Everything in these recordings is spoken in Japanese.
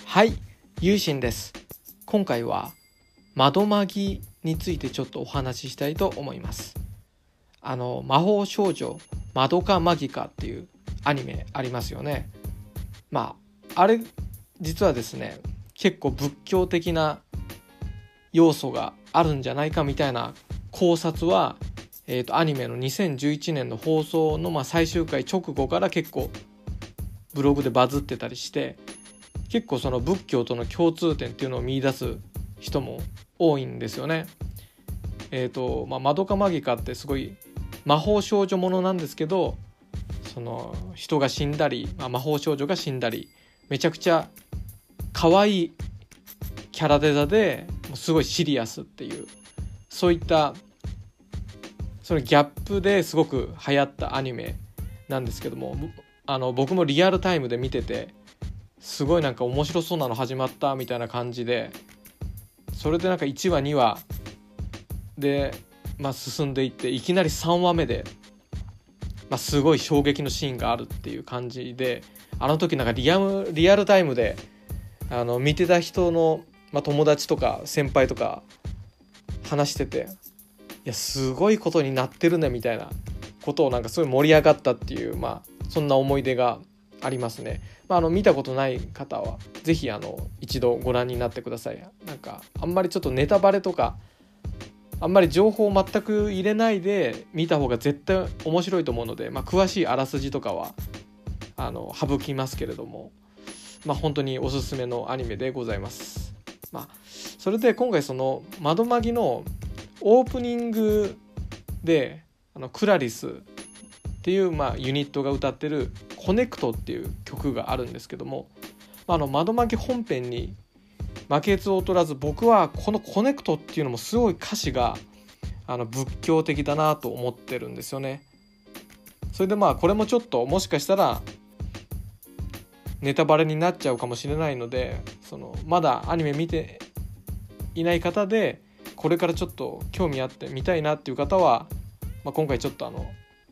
はい、ゆうしんです。今回は窓マギについてちょっとお話ししたいと思います。魔法少女マドカマギカっていうアニメありますよね。あれ実はですね、結構仏教的な要素があるんじゃないかみたいな考察は、アニメの2011年の放送の最終回直後から結構ブログでバズってたりして、結構その仏教との共通点っていうのを見出す人も多いんですよね。マドカマギカってすごい魔法少女ものなんですけど、その人が死んだり、魔法少女が死んだり、めちゃくちゃ可愛いキャラデザですごいシリアスっていう、そういったそのギャップですごく流行ったアニメなんですけども、僕もリアルタイムで見てて、すごいなんか面白そうなの始まったみたいな感じで、それでなんか1話2話で、進んでいって、いきなり3話目で、すごい衝撃のシーンがあるっていう感じで、あの時なんかリアルタイムで見てた人の、友達とか先輩とか話してて、いやすごいことになってるねみたいなことをなんかすごい盛り上がったっていう、そんな思い出がありますね。見たことない方はぜひ一度ご覧になってください。なんかあんまりちょっとネタバレとかあんまり情報を全く入れないで見た方が絶対面白いと思うので、詳しいあらすじとかは省きますけれども、本当におすすめのアニメでございます。それで今回その窓マギのオープニングでクラリスっていう、ユニットが歌ってるコネクトっていう曲があるんですけども、窓マギ本編に負けず劣らず、僕はこのコネクトっていうのもすごい歌詞が仏教的だなと思ってるんですよね。それでこれもちょっともしかしたらネタバレになっちゃうかもしれないので、まだアニメ見ていない方でこれからちょっと興味あって見たいなっていう方は、今回ちょっとこ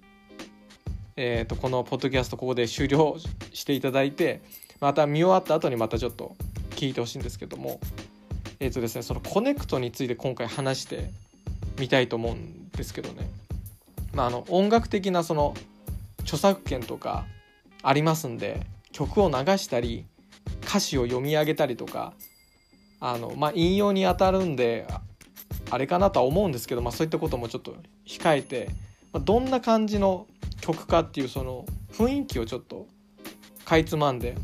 のポッドキャストここで終了していただいて、また見終わった後にまたちょっと聞いてほしいんですけども、ですね、そのコネクトについて今回話してみたいと思うんですけどね、音楽的なその著作権とかありますんで、曲を流したり歌詞を読み上げたりとか引用に当たるんであれかなとは思うんですけど、そういったこともちょっと控えて、どんな感じの曲かっていうその雰囲気をちょっとかいつまんで、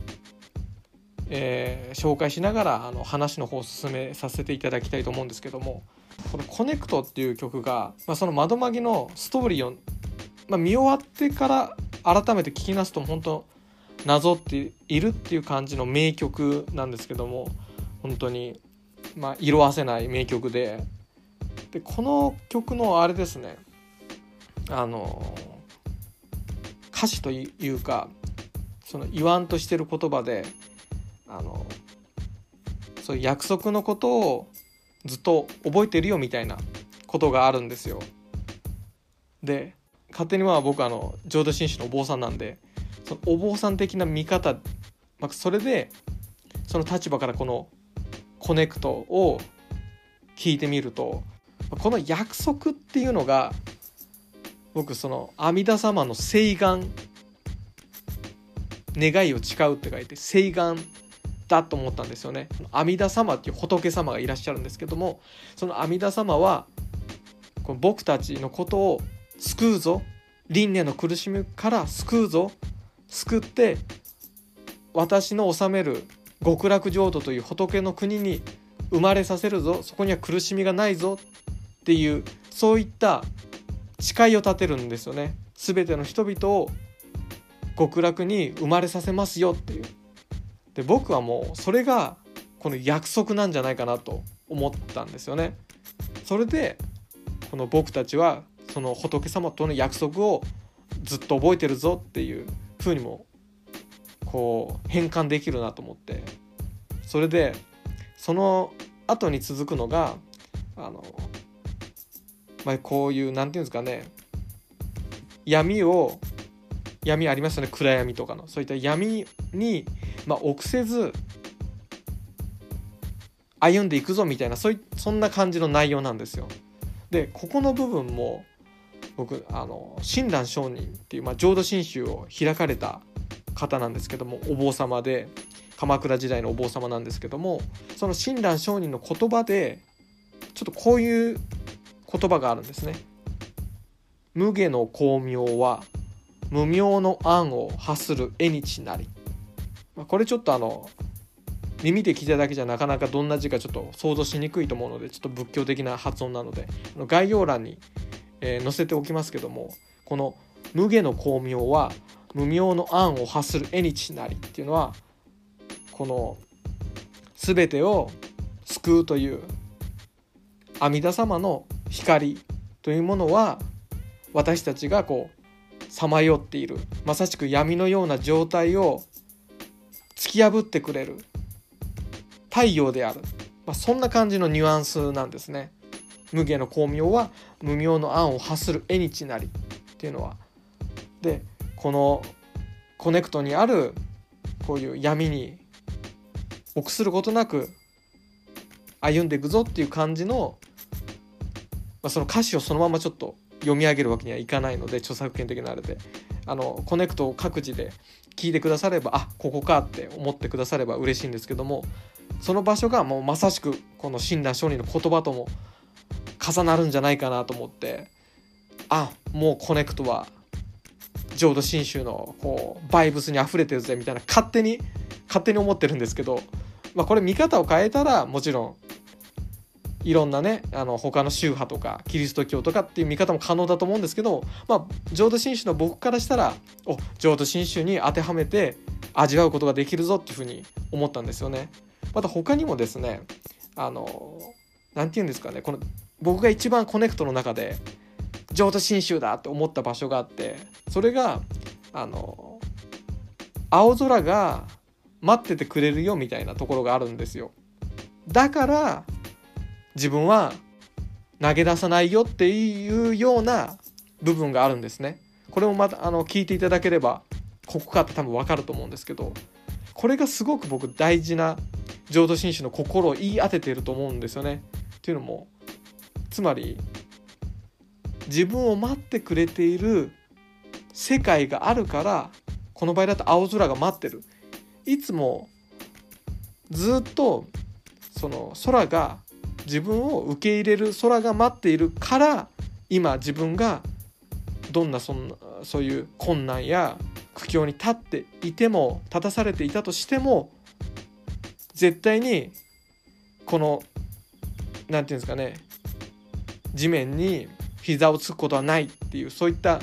紹介しながら話の方を進めさせていただきたいと思うんですけども、このコネクトっていう曲が、その窓マギのストーリーを、見終わってから改めて聞きなすと本当なぞっているっていう感じの名曲なんですけども、本当に色あせない名曲で、この曲のあれですね、歌詞というかその言わんとしてる言葉でそういう約束のことをずっと覚えてるよみたいなことがあるんですよ。で勝手に僕浄土真宗のお坊さんなんで、そのお坊さん的な見方、それでその立場からこのコネクトを聞いてみると、この約束っていうのが僕その阿弥陀様の誓願、願いを誓うって書いて誓願だと思ったんですよね。阿弥陀様っていう仏様がいらっしゃるんですけども、その阿弥陀様はこの僕たちのことを救うぞ、輪廻の苦しみから救うぞ、救って私の治める極楽浄土という仏の国に生まれさせるぞ、そこには苦しみがないぞっていう、そういった誓いを立てるんですよね。全ての人々を極楽に生まれさせますよっていう。で僕はもうそれがこの約束なんじゃないかなと思ったんですよね。それでこの僕たちはその仏様との約束をずっと覚えてるぞっていう風にもこう変換できるなと思って、それでその後に続くのがこういうなんていうんですかね、闇ありますよね、暗闇とかのそういった闇に、臆せず歩んでいくぞみたいな、そんな感じの内容なんですよ。でここの部分も僕親鸞上人っていう、浄土真宗を開かれた方なんですけども、お坊様で鎌倉時代のお坊様なんですけども、その親鸞上人の言葉でちょっとこういう言葉があるんですね。無下の光明は無明の暗を発する縁日なり。これちょっと耳で聞いただけじゃなかなかどんな字かちょっと想像しにくいと思うので、ちょっと仏教的な発音なので概要欄に、載せておきますけども、この無下の光明は無明の暗を発する縁日なりっていうのは、この全てを救うという阿弥陀様の光というものは、私たちがさまよっているまさしく闇のような状態を突き破ってくれる太陽である、そんな感じのニュアンスなんですね。無下の光明は無明の暗を発する縁日なりっていうのは。でこのコネクトにあるこういう闇に臆することなく歩んでいくぞっていう感じの、その歌詞をそのままちょっと読み上げるわけにはいかないので、著作権的なあれでコネクトを各自で聞いてくだされば、ここかって思ってくだされば嬉しいんですけども、その場所がもうまさしくこの親鸞上人の言葉とも重なるんじゃないかなと思って、もうコネクトは浄土真宗のバイブスにあふれてるぜみたいな勝手に思ってるんですけど、これ見方を変えたらもちろんいろんなね他の宗派とかキリスト教とかっていう見方も可能だと思うんですけど、浄土真宗の僕からしたら浄土真宗に当てはめて味わうことができるぞっていうふうに思ったんですよね。また他にもですね、なんていうんですかね、この僕が一番コネクトの中で浄土真宗だって思った場所があって、それが青空が待っててくれるよみたいなところがあるんですよ。だから自分は投げ出さないよっていうような部分があるんですね。これもまた聞いていただければここかって多分分かると思うんですけど、これがすごく僕大事な浄土真宗の心を言い当てていると思うんですよね。っていうのも、つまり自分を待ってくれている世界があるから、この場合だと青空が待ってる、いつもずっとその空が自分を受け入れる空が待っているから、今自分がどんなそういう困難や苦境に立たされていたとしても、絶対にこのなんていうんですかね、地面に膝をつくことはないっていう、そういった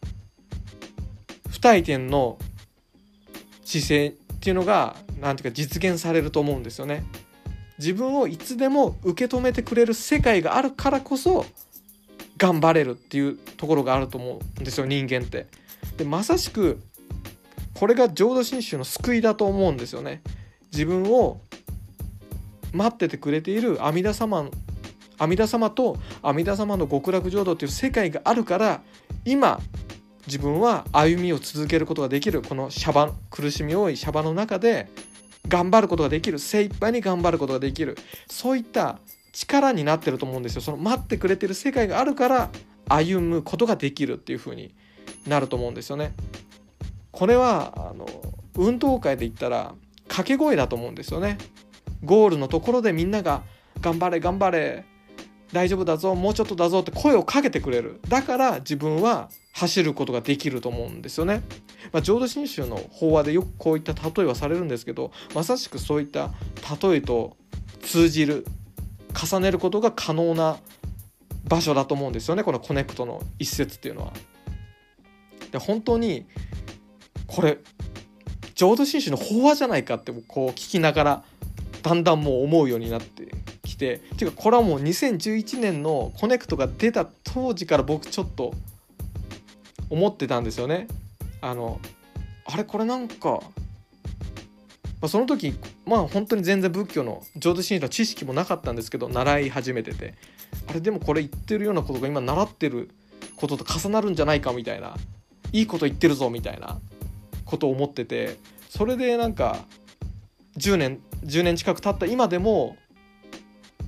不退転の姿勢っていうのがなんていうか実現されると思うんですよね。自分をいつでも受け止めてくれる世界があるからこそ頑張れるっていうところがあると思うんですよ、人間って。でまさしくこれが浄土真宗の救いだと思うんですよね。自分を待っててくれている阿弥陀様と阿弥陀様の極楽浄土という世界があるから、今自分は歩みを続けることができる。この苦しみ多いシャバの中で頑張ることができる、精一杯に頑張ることができる、そういった力になってると思うんですよ。その待ってくれてる世界があるから歩むことができるっていう風になると思うんですよね。これは運動会で言ったら掛け声だと思うんですよね。ゴールのところでみんなが頑張れ頑張れ、大丈夫だぞ、もうちょっとだぞって声をかけてくれる。だから自分は走ることができると思うんですよね。浄土真宗の法話でよくこういった例えはされるんですけど、まさしくそういった例えと通じる、重ねることが可能な場所だと思うんですよね、このコネクトの一節っていうのは。で本当にこれ浄土真宗の法話じゃないかって聞きながらだんだんもう思うようになってきて、ていうかこれはもう2011年のコネクトが出た当時から僕ちょっと思ってたんですよね。あれこれなんか、その時本当に全然仏教の浄土真宗の知識もなかったんですけど、習い始めてて、でもこれ言ってるようなことが今習ってることと重なるんじゃないかみたいな、いいこと言ってるぞみたいなことを思ってて、それでなんか10年近く経った今でも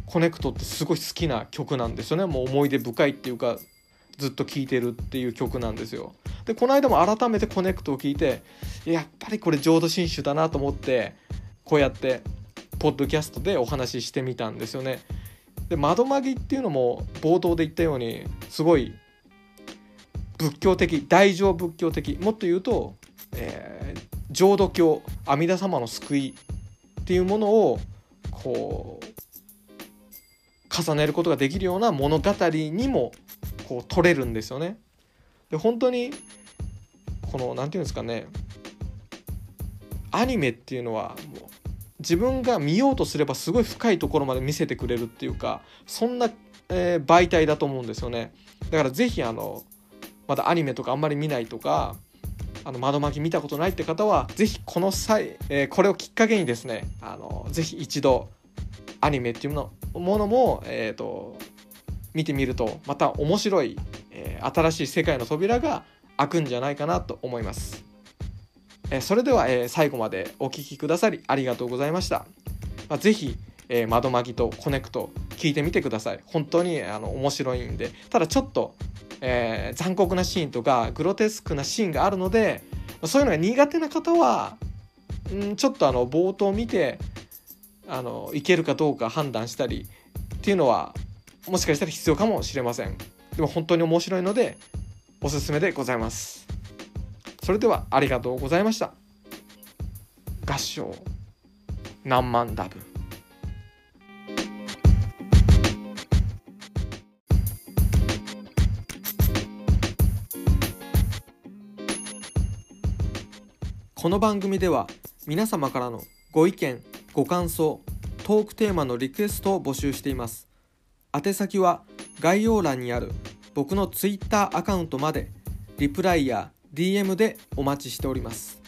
コネクトってすごい好きな曲なんですよね。もう思い出深いっていうかずっと聴いてるっていう曲なんですよ。でこの間も改めてコネクトを聴いてやっぱりこれ浄土真宗だなと思ってこうやってポッドキャストでお話ししてみたんですよね。で窓マギっていうのも冒頭で言ったようにすごい仏教的、大乗仏教的、もっと言うと、浄土教、阿弥陀様の救いっていうものをこう重ねることができるような物語にもこう取れるんですよね。で本当にこのなんていうんですかね、アニメっていうのはもう自分が見ようとすればすごい深いところまで見せてくれるっていうか、そんな、媒体だと思うんですよね。だからぜひまだアニメとかあんまり見ないとか窓マギ見たことないって方はぜひこの際、これをきっかけにですねぜひ一度アニメっていうものも、見てみるとまた面白い、新しい世界の扉が開くんじゃないかなと思います。それでは、最後までお聞きくださりありがとうございました。ぜひ、窓マギとコネクト聞いてみてください。本当に面白いんで。ただちょっと、残酷なシーンとかグロテスクなシーンがあるので、そういうのが苦手な方はちょっと冒頭見ていけるかどうか判断したりっていうのはもしかしたら必要かもしれません。でも本当に面白いのでおすすめでございます。それではありがとうございました。合唱何万ダブ。この番組では皆様からのご意見、ご感想、トークテーマのリクエストを募集しています。宛先は概要欄にある僕の Twitter アカウントまでリプライや DM でお待ちしております。